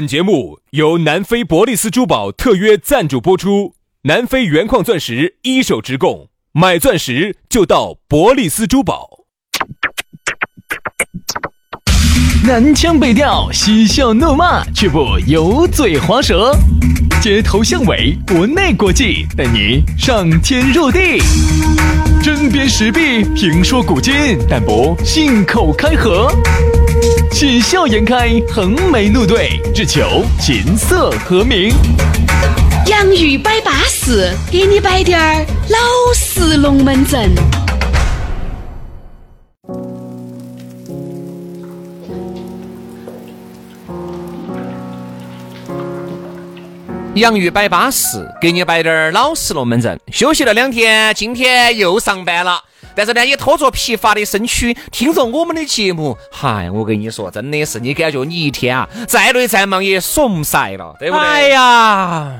本节目由南非伯利斯珠宝特约赞助播出，南非原矿钻石一手直供，买钻石就到伯利斯珠宝。 南腔北调，嬉笑怒骂，却不油嘴滑舌，街头巷尾，国内国际，带你上天入地，针砭时弊，评说古今，但不信口开河，喜笑颜开，横眉怒对，只求琴瑟和鸣。 洋芋摆巴士，给你摆点儿老式龙门阵。 洋芋摆巴士，给你摆点老实龙门阵。休息了2天，今天又上班了。但是呢，也拖着疲乏的身躯，听着我们的节目，嗨，我跟你说，真的是你感觉你一天啊，再累再忙也怂晒了，对不对？ 哎呀，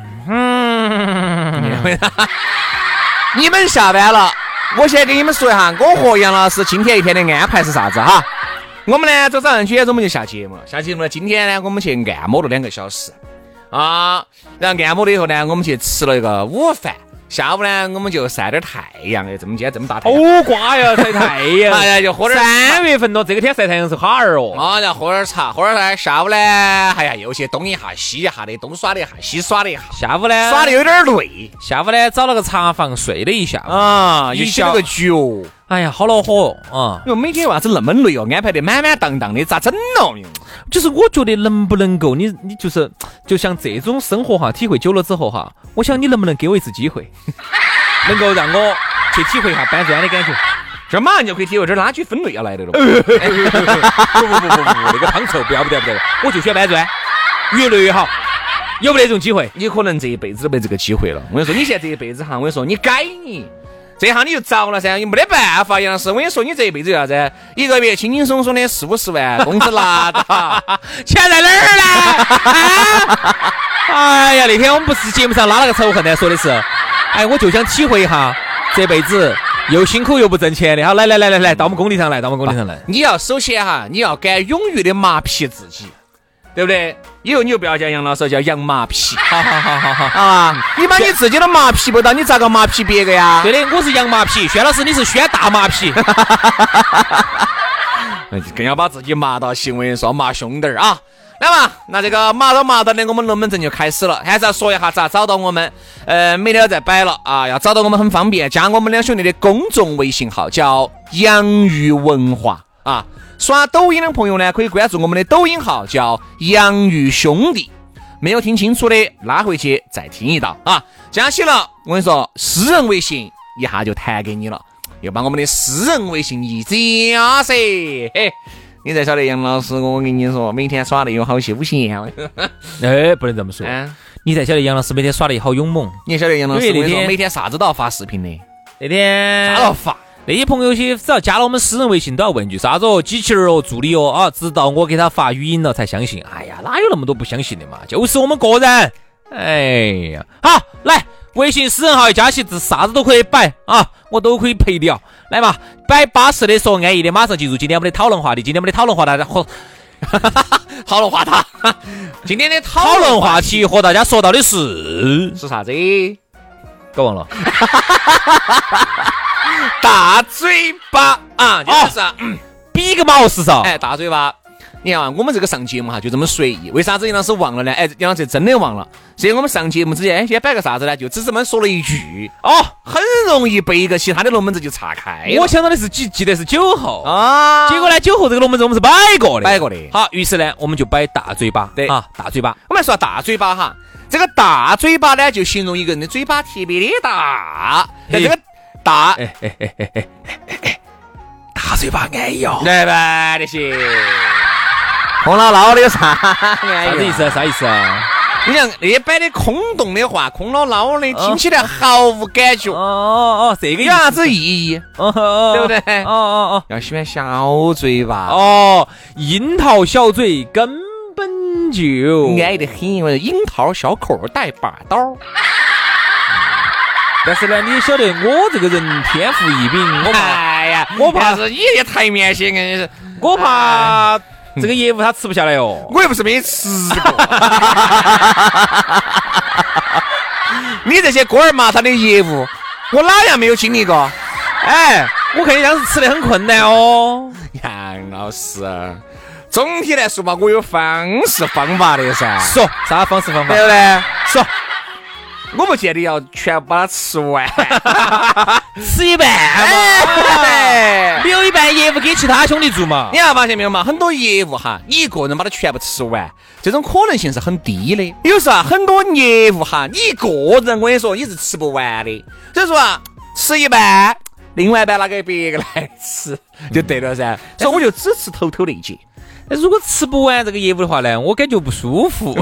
你们下班了，我先给你们说一下，我和杨老师今天一天的安排是啥子哈？我们呢，早上9点钟我们就下节目了。下节目呢，今天呢，我们去按摩了2个小时。啊，然后按摩了以后呢，我们去吃了一个午饭。下午呢，我们就晒点太阳，这么今天这么大太阳， 好瓜呀，晒太阳。 哎呀，就喝点 3月份了，这个天晒太阳是哈儿哦。 啊，然后喝点茶，喝点茶。下午呢，哎呀，又去东一下西一下的，东耍了一下，西耍了一下。 下午呢， 耍的有点累。 下午呢，找了个茶房睡了一下啊，又起了个局哦。 哎呀，好恼火啊！ 因为每天为啥子那么累哦？安排的满满当当的，咋整了？ 就是我觉得能不能够，你就是就像这种生活哈，体会久了之后哈，我想你能不能给我一次机会，能够让我去体会一下搬砖的感觉。 这马上就可以体会，这垃圾分类要来的了。不， 那个汤臭不要，我就喜欢搬砖，越来越好。有没得这种机会？ 你可能这一辈子都没这个机会了。我跟你说，你现在这一辈子哈，我跟你说，你改你。这下你就着了噻，你没得办法，杨老师。我跟你说，你这一辈子要啥子？一个月轻轻松松的40-50万工资拿到，钱在哪儿呢？ 哎呀，那天我们不是节目上拉了个仇恨呢，说的是，哎，我就想体会一下这辈子又辛苦又不挣钱的。好，来，到我们工地上来， 你要首先哈，你要敢勇于的麻痹自己。对不对？以后你就不要叫杨老师，叫杨麻皮。好啊！你把你自己都麻皮不到，你咋个麻皮别个呀？ 对的，我是杨麻皮，轩老师你是轩大麻皮。 更要把自己麻到行为说麻凶点啊！来嘛，那这个麻到的，我们龙门阵就开始了。还是要说一下咋找到我们。没得再摆了啊！要找到我们很方便，加我们2兄弟的公众微信号，叫洋芋文化啊。刷抖音的朋友呢，可以关注我们的抖音号，叫洋芋兄弟。没有听清楚的，拉回去再听一道啊！加起了，我跟你说，私人微信一下就弹给你了，又把我们的私人微信一加噻。嘿，你才晓得杨老师，我跟你说，每天耍的有好休闲。 哎，不能这么说。你才晓得杨老师每天耍的好勇猛。 你晓得杨老师每天啥子都要发视频的。 那天啥都要发。 那些朋友些只要加了我们私人微信都要问句啥子哦，机器人哦，助理哦啊，直到我给他发语音了才相信。哎呀，哪有那么多不相信的嘛？就是我们个人。哎呀，好，来微信私人号一加起，啥子都可以摆啊，我都可以陪聊。来嘛，摆巴适的说安逸的，马上进入今天我们的讨论话题。今天我们的讨论话题讨论话题。今天的讨论话题和大家说到的是啥子？ 搞忘了。 大嘴巴啊，就是比个毛是啥？ 哎，大嘴巴。你看我们这个上节目哈，就这么随意。为啥子杨老师忘了呢？哎，杨老师真的忘了。所以我们上节目之前，先摆个啥子呢？就只这么说了一句哦，很容易被一个其他的龙门阵就岔开。 我想到的是记得是9号啊， 结果呢9号这个龙门阵我们是摆过的。 好， 于是呢我们就摆大嘴巴。 对啊，大嘴巴。 我们来说大嘴巴哈。这个大嘴巴呢，就形容一个人的嘴巴特别的大。这个大， 大嘴巴安逸哦， 对吧？那些空唠唠的啥意思？啥意思啊？ 你像那些摆的空洞的话，空唠唠的，听起来毫无感觉。 这个有啥子意义？对不对？要喜欢小嘴巴。 樱桃小嘴根本就安逸得很，樱桃小口带把刀。 但是呢，你晓得我这个人天赋异禀，我怕， 我怕是你的台面些， 我怕这个业务他吃不下来哦。 我又不是没吃过。你这些锅儿麻汤的业务，我哪样没有经历过？ 哎，我看你当时吃得很困难哦。 杨老师，总体来说嘛，我有方式方法的噻。 说啥方式方法？ 对不对？ 说， 我不见得要全部把它吃完， 吃一半嘛。留一半业务给其他兄弟做嘛。 你还发现没有嘛？很多业务哈，你一个人把它全部吃完，这种可能性是很低的。有时候啊，很多业务哈，你一个人我跟你说你是吃不完的。所以说啊，吃一半，另外一半拿给别个来吃就对了噻。所以我就只吃头头那节。 如果吃不完这个业务的话呢，我感觉不舒服。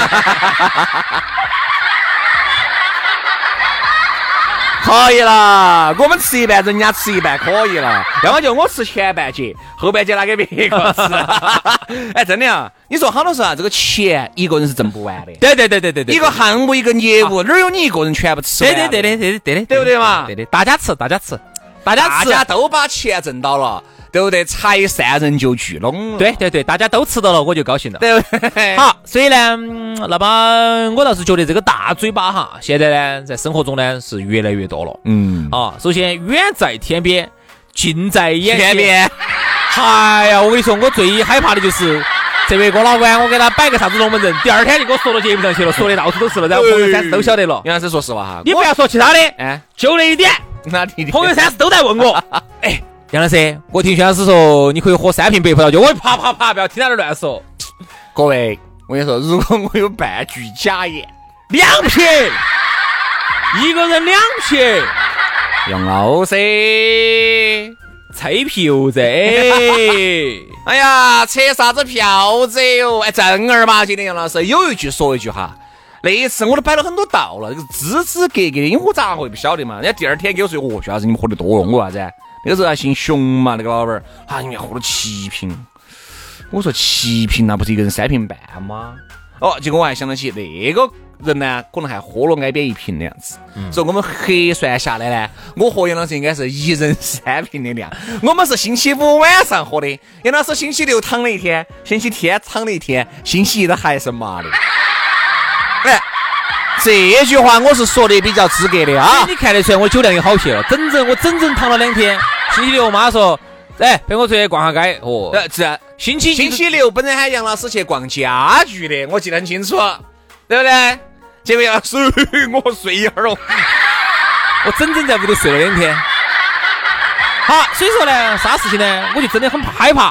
可以了，我们吃一半，人家吃一半可以了。要么就我吃前半截，后半截拿给别个吃。哎，真的啊！你说好多时候啊，这个钱一个人是挣不完的。 对， 一个项目一个业务，哪有你一个人全部吃完？ 对的， 对不对嘛？ 对的，大家吃，大家都把钱挣到了，对不对？财散人就聚拢了。 对，大家都吃到了，我就高兴了， 对不对？ 好，所以呢，那么我倒是觉得这个大嘴巴哈，现在呢，在生活中呢是越来越多了。首先远在天边，近在眼前。哎呀，我跟你说，我最害怕的就是这位郭老倌，我给他摆个啥子龙门阵，第二天就给我说到节目上去了，说的到处都是了，然后朋友圈都晓得了。 杨老师，说实话哈， 你不要说其他的，就那一点。 那朋友圈都在问我，哎，杨老师，我听薛老师说你可以喝3瓶白葡萄酒，我啪，不要听他的乱说。 各位，我跟你说，如果我有半句假言 ，2瓶，一个人2瓶。 杨老师， 吹票子， 哎呀，扯啥子票子哟？哎，正儿八经的杨老师有一句说一句哈。那一次我都摆了很多道了，这个支支格格的，因为我咋会不晓得嘛？人家第二天给我说，徐老师你们喝得多，我啥子？那个时候还姓熊嘛，那个老板儿，他里面喝了7瓶。我说7瓶那不是一个人3瓶半吗？结果我还想得起那个人呢，可能还喝了挨边1瓶的样子。所以我们核算下来呢，我和杨老师应该是一人3瓶的量。我们是星期5晚上喝的，杨老师星期6躺了一天，星期天躺了一天，星期一都还是麻的。哎，这句话我是说的比较资格的啊！ 你看得出来我酒量也好些了，我整整躺了2天。星期6我妈说，哎，陪我出去逛下街。 是星期6本来喊杨老师去逛家具的，我记得很清楚，对不对？结果杨老师我睡一会儿哦， 我整整在屋头睡了2天。好，所以说呢，啥事情呢，我就真的很害怕，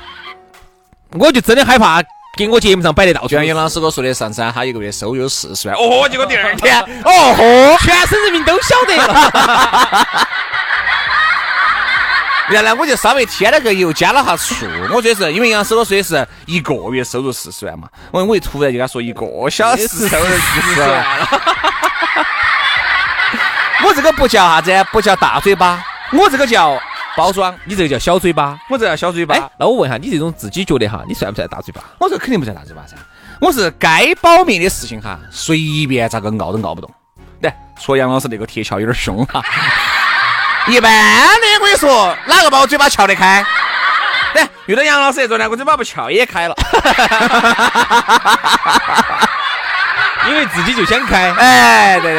给我节目上摆得到处。 杨老师跟我说的上山，他一个月收入40万。结果第二天， 全省人民都晓得了。 原来我就稍微添了个油，加了下醋。我觉得是因为杨老师我说的是一个月收入40万嘛，我一突然就跟他说1个小时收入40万了。我这个不叫啥子，不叫大嘴巴，我这个叫包装， 你这个叫小嘴巴， 我这叫小嘴巴。 那我问一下，你这种自己觉得哈，你算不算大嘴巴？ 我这肯定不算大嘴巴噻，我是该保密的事情哈，随便咋个拗都拗不动。对，说杨老师那个铁锹有点凶哈。一般的我跟你说，哪个把我嘴巴撬得开？对，遇到杨老师这种呢，我嘴巴不撬也开了。 因为自己就想开。 哎，对。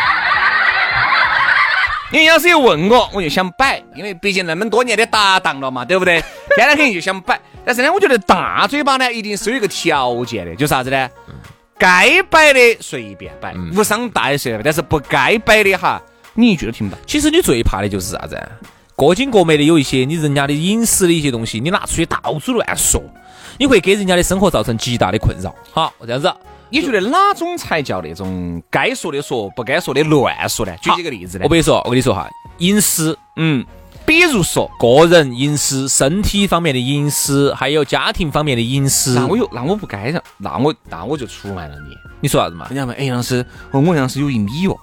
因为杨老师又问我，我就想摆，因为毕竟那么多年的搭档了嘛，对不对？天天肯定就想摆，但是呢，我觉得大嘴巴呢，一定是有一个条件的，就是啥子呢？该摆的随便摆，无伤大雅随便摆，但是不该摆的哈，你一句都听不到。 其实你最怕的就是啥子？过经过美的有一些你人家的隐私的一些东西，你拿出去到处乱说，你会给人家的生活造成极大的困扰。好，这样子。 你觉得哪种才叫那种该说的说，不该说的乱说呢？举几个例子呢？ 我跟你说哈，隐私， 比如说个人隐私、身体方面的隐私，还有家庭方面的隐私。 那我不该让，那我就出卖了你。 你说啥子嘛？ 人家问，杨老师，我杨老师有1米哦。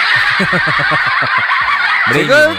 这个。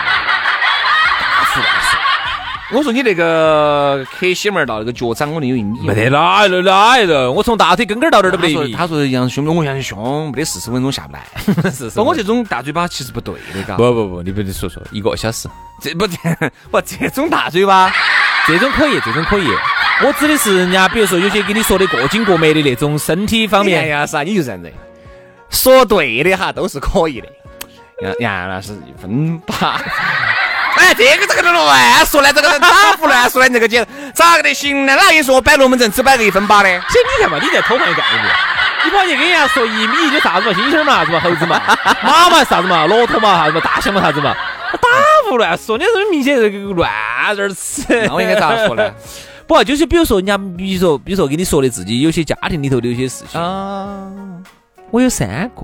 我说你那个克西门到那个脚掌，我那有1米。 没得哪的，我从大腿根根到这儿都不得1米。 他说杨兄，我杨兄没得40分钟下不来。是。我这种大嘴巴其实不对的，嘎。 不，你不得说1个小时。 这种大嘴巴， 这种可以。 我指的是人家，比如说有些跟你说的过精过美的那种身体方面呀，是啊，你就这样子，说对的哈都是可以的。杨老师1分8。哎，这个乱说呢，这个打胡乱说呢，这个简咋个的行呢？哪跟你说我摆龙门阵只摆个1分8的？ 所以你看嘛，你在偷换概念。你跑去跟人家说1米就啥子嘛，猩猩嘛啥子嘛，猴子嘛，马嘛啥子嘛，骆驼嘛啥子嘛，大象嘛啥子嘛，打胡乱说，你这明显这个乱这儿词。 那我应该咋说呢？ 不，就是比如说人家，比如说跟你说的自己有些家庭里头的有些事情啊， 我有3个。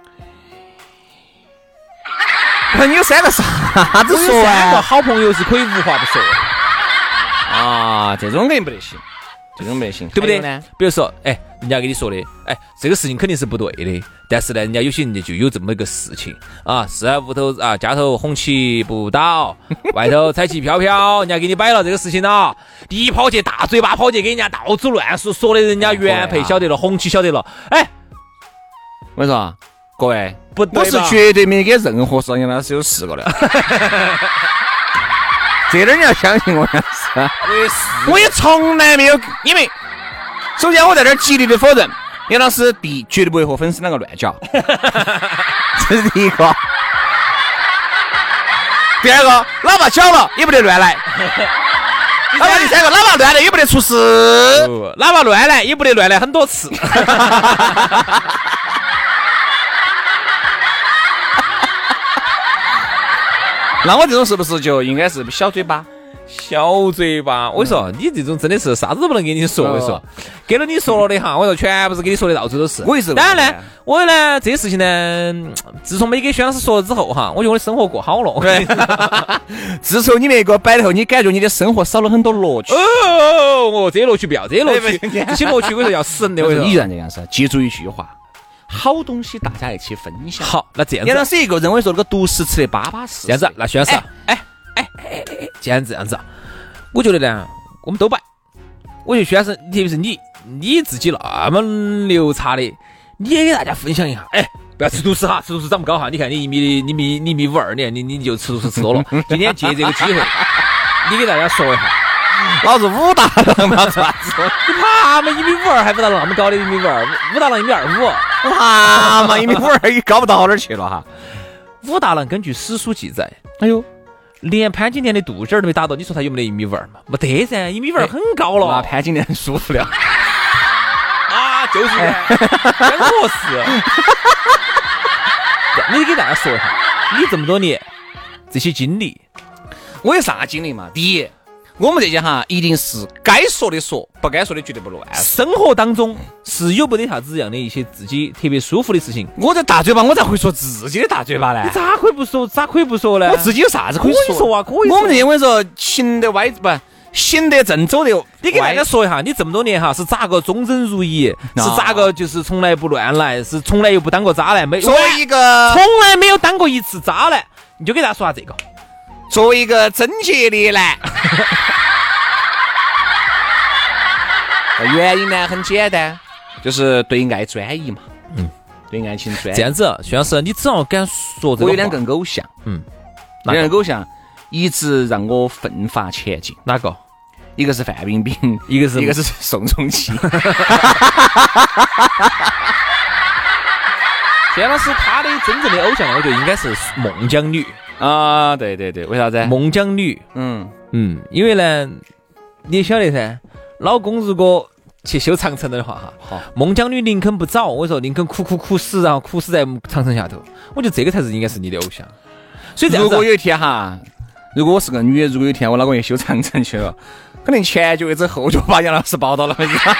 你有3个啥子说啊 ？3个好朋友是可以无话不说啊，这种肯定不得行，这种不得行， 对不对？比如说，哎，人家跟你说的，哎，这个事情肯定是不对的，但是呢，人家有些人就有这么一个事情啊，是啊，屋头啊，家头红旗不倒，外头彩旗飘飘，人家给你摆了这个事情了，你跑去大嘴巴跑去给人家到处乱说，说的人家原配晓得了，红旗晓得了，哎， 我跟你说，各位， 不对， 我是绝对没给任何商业老师有试过的。这点你要相信我，我也从来没有，因为首先我在这儿极力的否认，杨老师第一绝对不会和粉丝两个乱叫，这是第一个。第二个，哪怕搅了也不得乱来。哪怕第三个，哪怕乱来也不得出事， 哪怕乱来也不得乱来很多次。 那我这种是不是就应该是小嘴巴？ 小嘴巴，我说你这种真的是啥子都不能跟你说，我说给了你说了的哈，我说全部是给你说的到处都是。当然呢，我呢这些事情呢，自从没给薛老师说了之后哈，我觉得我的生活过好了。对， 自从你没给我摆了后，你感觉你的生活少了很多乐趣。 哦，这些乐趣不要，这些乐趣，这些乐趣我说要死人的。我说依然这样子，记住一句话。好东西大家一起分享。 好，那这样子， 杨老师一个认为说那个独食吃的巴巴适。 这样子，那薛老师，既然这样子，我觉得呢，我们都摆。我觉得薛老师，特别是你自己那么牛叉的，你也给大家分享一下。哎，不要吃独食哈，吃独食长不高哈。你看你1米52，你就吃独食吃多了。今天借这个机会，你给大家说一下。 老子武大郎嘛，啥子？ 你爬嘛1米52还武大郎那么高的1米52，武大郎1米25， 爬嘛1米52也高不到哪儿去了哈。 武大郎根据史书记载， 哎呦， 连潘金莲的肚脐都没打到，你说他有没得1米52嘛？没得噻，1米52很高了。 那潘金莲很舒服了啊，就是很合适。你给大家说一下，你这么多年这些经历， 我有啥经历嘛？第一。我们这些哈，一定是该说的说，不该说的绝对不乱。 生活当中是有没得啥子样的一些自己特别舒服的事情？ 我这大嘴巴，我咋会说自己的大嘴巴呢？ 你咋可以不说？咋可以不说呢？ 我自己有啥子可以说啊？可以说。 我们这些我跟你说，行得歪不行得正，走得歪。 你给大家说一下，你这么多年哈是咋个忠贞如一？是咋个就是从来不乱来？是从来又不当过渣男？没作为一个从来没有当过一次渣男，你就给大家说下这个。 作为一个贞洁烈男。原因呢很简单，就是对爱专一嘛，对爱情专一。 这样子，徐老师，你只要敢说这个话， 我有2个偶像，2个偶像一直让我奋发前进。 哪个？ 一个是范冰冰，一个是宋仲基。 薛老师他的真正的偶像，我觉得应该是孟姜女啊，对，为啥子？ 孟姜女，因为呢，你也晓得噻。老公如果去修长城的话哈，孟姜女宁肯不找，我说宁肯苦死，然后苦死在长城下头。我觉得这个才是应该是你的偶像。所以如果有一天哈，如果我是个女的，如果有一天我老公也修长城去了，可能前脚一走后脚把杨老师抱到了。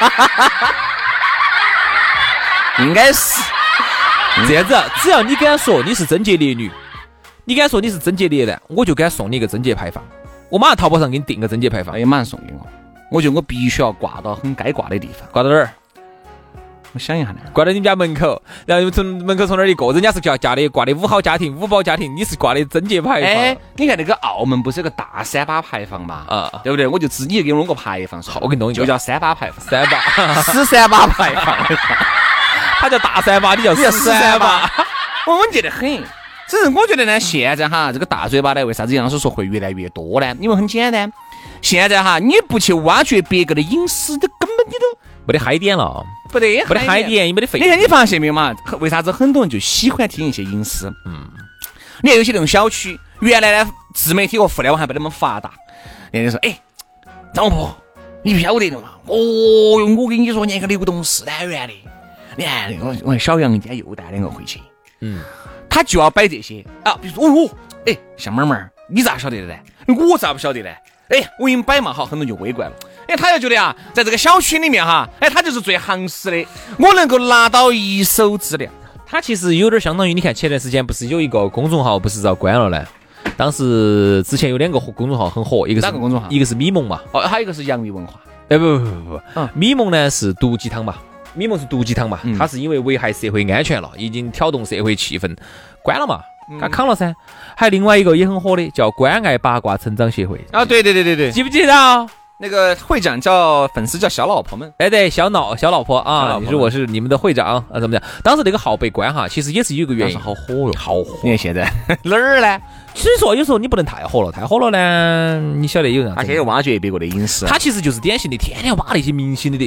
应该是这样子，只要你敢说你是贞洁烈女，你敢说你是贞洁烈男，我就敢送你一个贞洁牌坊。我马上淘宝上给你订个贞洁牌坊， 哎，马上送给我。我觉得我必须要挂到很该挂的地方。 挂到哪儿？ 我想一下呢。 挂到你们家门口，然后从门口从那儿一过，人家是嫁的挂的5号家庭、5宝家庭，你是挂的贞洁牌坊。 哎，你看那个澳门不是有个大38牌坊嘛？对不对？我就自己给我弄个牌坊， 好，我给你弄一个， 就叫38牌坊 ，38 牌坊。 他叫大38，你叫 438，稳健得很。只是我觉得呢，现在哈这个大嘴巴呢，为啥子杨老师说会越来越多呢？因为很简单。 现在哈，你不去挖掘别个的隐私，这根本你都没得嗨点了， 不得没得嗨点，也没得费。 你看你发现没有嘛？为啥子很多人就喜欢听一些隐私？你看有些那种小区，原来呢自媒体和互联网还没那么发达，人家说，哎，张老婆，你不晓得的嘛？哦哟，我跟你说，年个流动4单元的，你看我小杨今天又带2个回去，他就要摆这些啊，比如说，哦哟，哎，小妹儿，你咋晓得的呢？我咋不晓得呢？哎，我给你摆嘛，好，很多人就围过来了。哎，他就觉得啊，在这个小区里面哈，哎，他就是最行实的，我能够拿到一手资料。 他其实有点相当于，你看前段时间不是有一个公众号不是遭关了呢？当时之前有2个公众号很火，一个是哪个公众号？ 一个是米蒙嘛， 哦，还有一个是洋芋文化。 不，米蒙呢是毒鸡汤嘛，米蒙是毒鸡汤嘛，他是因为危害社会安全了，已经挑动社会气氛，关了嘛，他扛了噻。还有另外一个也很火的，叫关爱八卦成长协会啊，对， 记不记得啊？ 那个会长叫粉丝叫小老婆们， 哎对，小老婆啊，你说我是你们的会长啊，怎么讲？当时那个号被关哈，其实也是有一个原因， 好火哟， 好火。 你看现在哪儿呢？ 所以说有时候你不能太火了呢，你晓得有人他现在挖掘别个的隐私， 他其实就是典型的天天挖那些明星的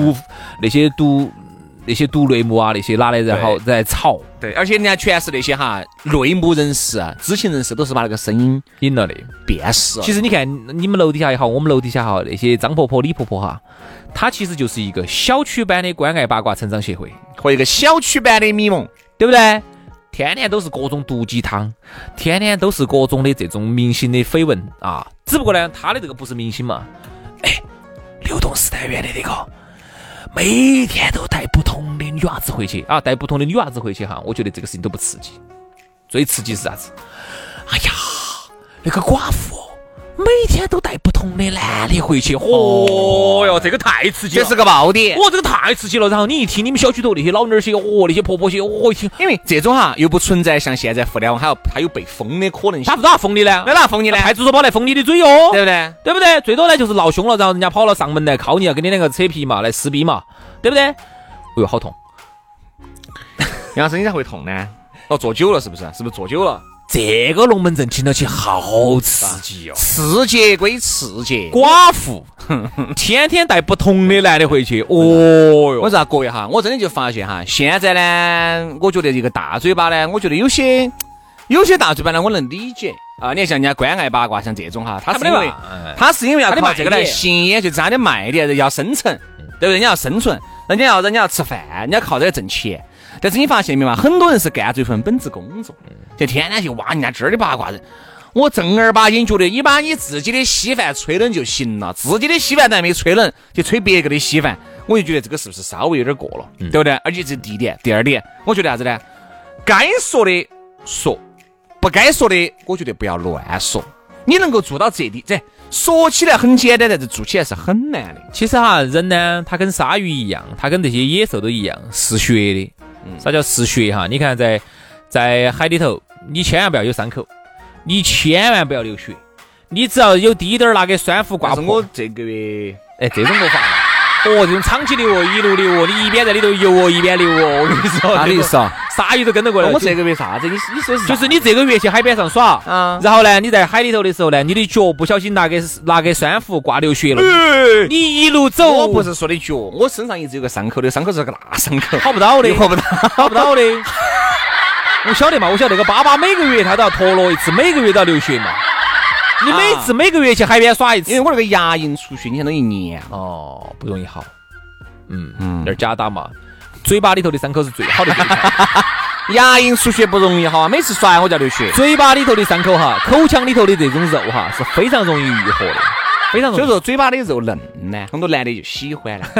那些毒内幕啊，那些拿来然后再炒。 对，而且人家全是那些哈内幕人士啊、知情人士，都是把那个声音引了的辨识。 其实你看你们楼底下也好，我们楼底下好，那些张婆婆、李婆婆哈，它其实就是一个小区版的关爱八卦成长协会和一个小区版的米蒙， 对不对？天天都是各种毒鸡汤，天天都是各种的这种明星的绯闻啊。只不过呢，他的这个不是明星嘛，哎，流动4单元的那个。每天都带不同的女娃子回去啊，带不同的女娃子回去哈，我觉得这个事情都不刺激，最刺激是啥子？哎呀，那个寡妇每天都带不同的男的回去，哦哟，这个太刺激了， 这是个爆点， 这个太刺激了。然后你一听你们小区头那些老妞儿些，那些婆婆些，一听， 因为这种哈又不存在像现在互联网还有被封的可能性， 他不咋封你呢？ 没哪封你呢？ 派出所跑来封你的嘴对不对？ 对不对？最多呢就是闹凶了，然后人家跑了上门来铐你，要跟你2个扯皮嘛，来撕逼嘛，对不对？哎呦，好痛！ 杨老师，你咋会痛呢？坐久了是不是？是不是坐久了？ 这个龙门阵听到起好刺激哦！ 刺激归刺激， 寡妇天天带不同的男的回去，哦哟！ 我说各位哈，我真的就发现哈，现在呢，我觉得这个大嘴巴呢，我觉得有些大嘴巴呢，我能理解啊。你看像人家关爱八卦像这种哈，他是因为要靠这个来吸引，就是他的卖点要生存，对不对？人家要生存，人家要吃饭，人家靠这个挣钱。但是你发现没有嘛？很多人是干这份本职工作，就天天去挖人家这儿的八卦人。我正儿八经觉得，你把你自己的稀饭吹冷就行了，自己的稀饭但没吹冷，就吹别个的稀饭，我就觉得这个是不是稍微有点过了，对不对？而且这是第一点，第二点，我觉得啥子呢？该说的说，不该说的，我觉得不要乱说。你能够做到这里，这说起来很简单，但是做起来是很难的。 其实哈，人呢，他跟鲨鱼一样，他跟这些野兽都一样，嗜血的。啥叫嗜血哈？你看在海里头，你千万不要有伤口，你千万不要流血，你只要有滴点儿那个酸腐挂破。 我这个月， 这种没法。这种长期流一路流你一边在里头游一边流我跟你说， 啥意思啊？ 鲨鱼都跟着过来。 我这个月啥子？你说是？ 就是你这个月去海边上耍，然后呢，你在海里头的时候呢，你的脚不小心拿给酸腐挂流血了，你一路走。 我不是说的脚，我身上一直有个伤口的，伤口是个大伤口， 好不到的， 好不到的。我晓得嘛，我晓得那个爸爸每个月他都要脱落一次，每个月都要流血嘛。你每个月去海边耍一次， 因为我那个牙龈出血，你相当于1年不容易好。那假打嘛，嘴巴里头的伤口是最好的对抗。 牙龈出血不容易哈，每次刷牙我就要流血。 嘴巴里头的伤口哈，口腔里头的这种肉哈是非常容易愈合的，非常容易。 所以说嘴巴的肉嫩呢，很多男的就喜欢了。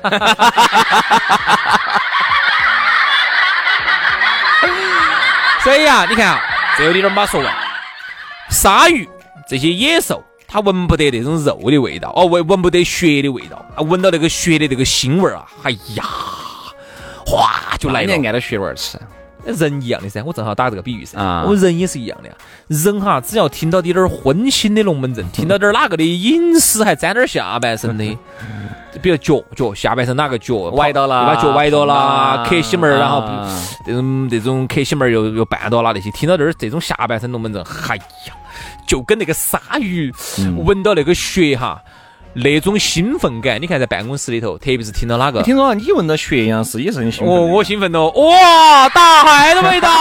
所以啊，你看啊，最后你点把说完，鲨鱼这些野兽，它闻不得那种肉的味道，闻不得血的味道，闻到那个血的这个腥味啊，哎呀，哗就来了。 你按到血味吃， 人一样的噻，我正好打这个比喻噻，我人也是一样的呀。人哈，只要听到点儿荤腥的龙门阵，听到点儿哪个的隐私还沾点下半身的。比如脚下半身哪个脚崴到了， 把脚崴到了，磕西门儿，然后这种磕西门儿又绊到了那些，听到这种下半身龙门阵，哎呀， 就跟那个鲨鱼闻到那个血哈，那种兴奋感。你看在办公室里头，特别是听到哪个， 听说你闻到血样是也是很兴奋。 我兴奋哦，哇，大海的味道。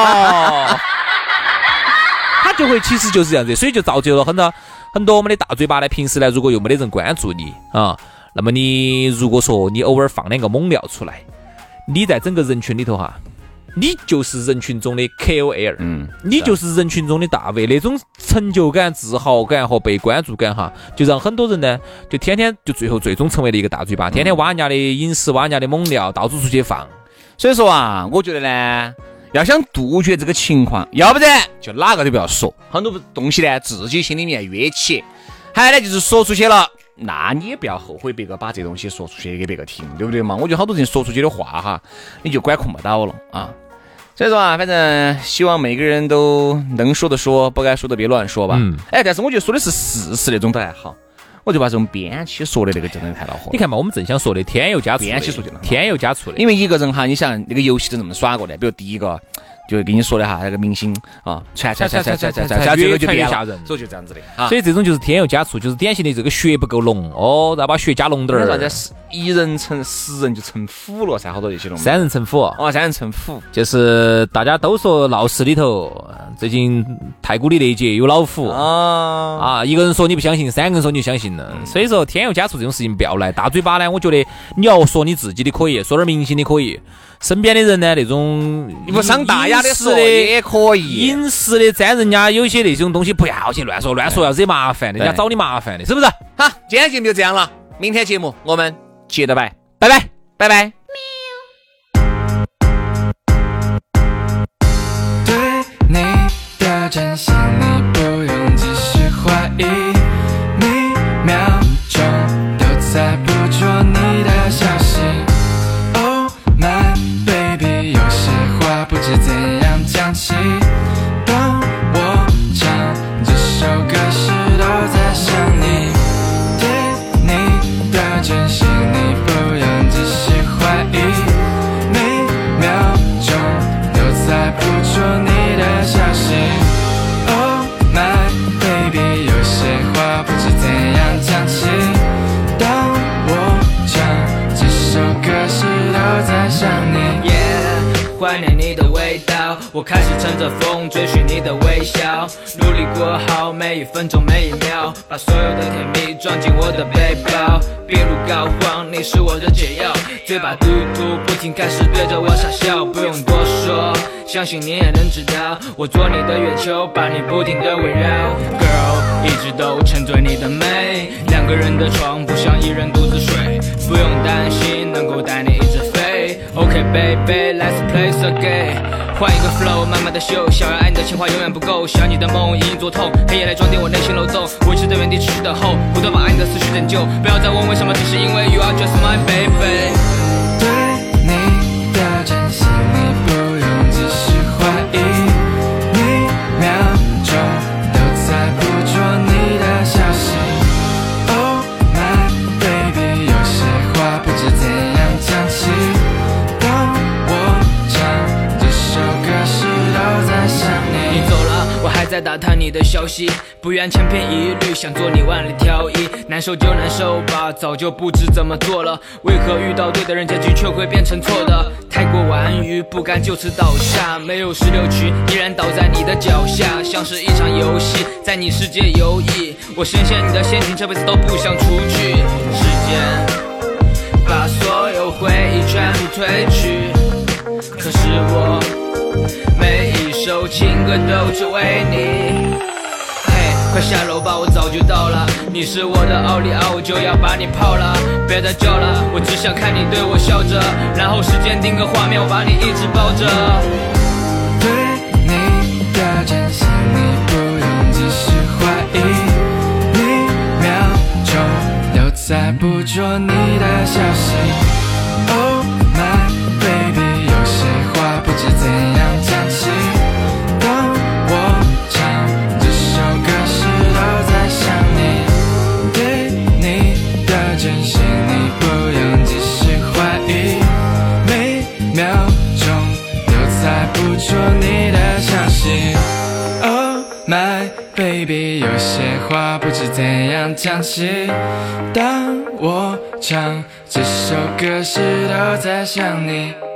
他就会其实就是这样子，所以就造就了很多我们的大嘴巴呢。平时呢，如果又没得人关注你啊，那么你如果说你偶尔放两个猛料出来，你在整个人群里头哈，你就是人群中的 KOL， 你就是人群中的大 V， 那种成就感、自豪感和被关注感哈，就让很多人呢，就天天就最终成为了一个大嘴巴，天天挖人家的饮食、挖人家的猛料，到处出去放。 所以说啊，我觉得呢，要想杜绝这个情况，要不然就哪个都不要说，很多东西呢自己心里面约起，还有呢就是说出去了，那你也不要后悔别个把这东西说出去给别个听，对不对嘛？我觉得好多人说出去的话哈，你就管控不到了啊。所以说啊，反正希望每个人都能说的说，不该说的别乱说吧。但是我觉得说的是事实那种都还好。我就把这种编起说的那个真的太恼火。 你看嘛，我们正想说的添油加醋， 编起说就添油加醋的。 因为一个人哈，你想那个游戏都这么耍过的，比如第一个就跟你说的哈，那个明星啊，传， 越传越吓人， 所以就这样子的。 所以这种就是添油加醋，就是典型的这个血不够浓哦，再把血加浓点儿。 一人成10人就成虎了噻，好多这些东西。 3人成虎哦，3人成虎， 就是大家都说闹市里头最近太古里那一节有老虎啊，一个人说你不相信，3个人说你就相信了。所以说添油加醋这种事情不要来。大嘴巴呢，我觉得你要说你自己的可以，说点明星的可以，身边的人呢那种不伤大雅的说也可以， 隐私的沾人家有些那种东西不要去乱说要惹麻烦，人家找你麻烦的，是不是？ 好，今天节目就这样了，明天节目我们接着拜，拜拜，拜拜。 对你的真心，你不用继续怀疑，每秒钟都在捕捉你的消息。Oh my baby， 有些话不知怎样讲起。当我唱这首歌时，都在想你。对你的真心，你不用继续怀疑，每秒钟都在捕捉你的消息。Oh my baby， 有些话不知怎样讲起。当我唱这首歌时，都在想你。怀念你的味道，我开始乘着风追寻你的微笑，努力过好每一分钟每一秒，把所有的甜蜜装进我的背包。病入膏肓，你是我的解药，嘴巴嘟嘟不停开始对着我傻笑，不用多说，相信你也能知道，我做你的月球，把你不停的围绕。Girl， 一直都沉醉你的美，2个人的床不想1人独自睡，不用担心能够带你一直飞。OK baby let's play the game， 换一个 flow 慢慢的秀，想要爱你的情话永远不够，想你的梦隐隐作痛，黑夜来装点我内心漏洞，维持在原地持续等候，不断把爱你的思绪拯救，不要再问为什么，只是因为 you are just my baby。 对你的真心，你不用继续怀疑，每秒钟都在捕捉你的消息。 Oh my baby， 有些话不知怎样讲起，当我唱这首歌时都在想你。你走了，我还在打探你的消息，不愿千篇一律，想做你万里挑一，难受就难受吧，早就不知怎么做了，为何遇到对的人结局却会变成错的，太过玩鱼，不甘就此倒下，没有16曲，依然倒在你的脚下，像是一场游戏，在你世界游弋，我深陷你的陷阱，这辈子都不想出去。时间把所有回忆全部褪去，可是我每一首情歌都只为你。快下楼吧，我早就到了，你是我的奥利奥，我就要把你泡了，别再叫了，我只想看你对我笑着，然后时间定个画面，我把你一直抱着。对你的真心，你不用继续怀疑，每秒钟都在捕捉你的消息。Oh my baby， 有些话不知怎样讲起，当我唱这首歌时都在想你。对你的真心，你不用继续怀疑，每秒钟都在捕捉你的消息。Oh my baby。 ，baby， 有些话不知怎样讲起。当我唱这首歌时，都在想你。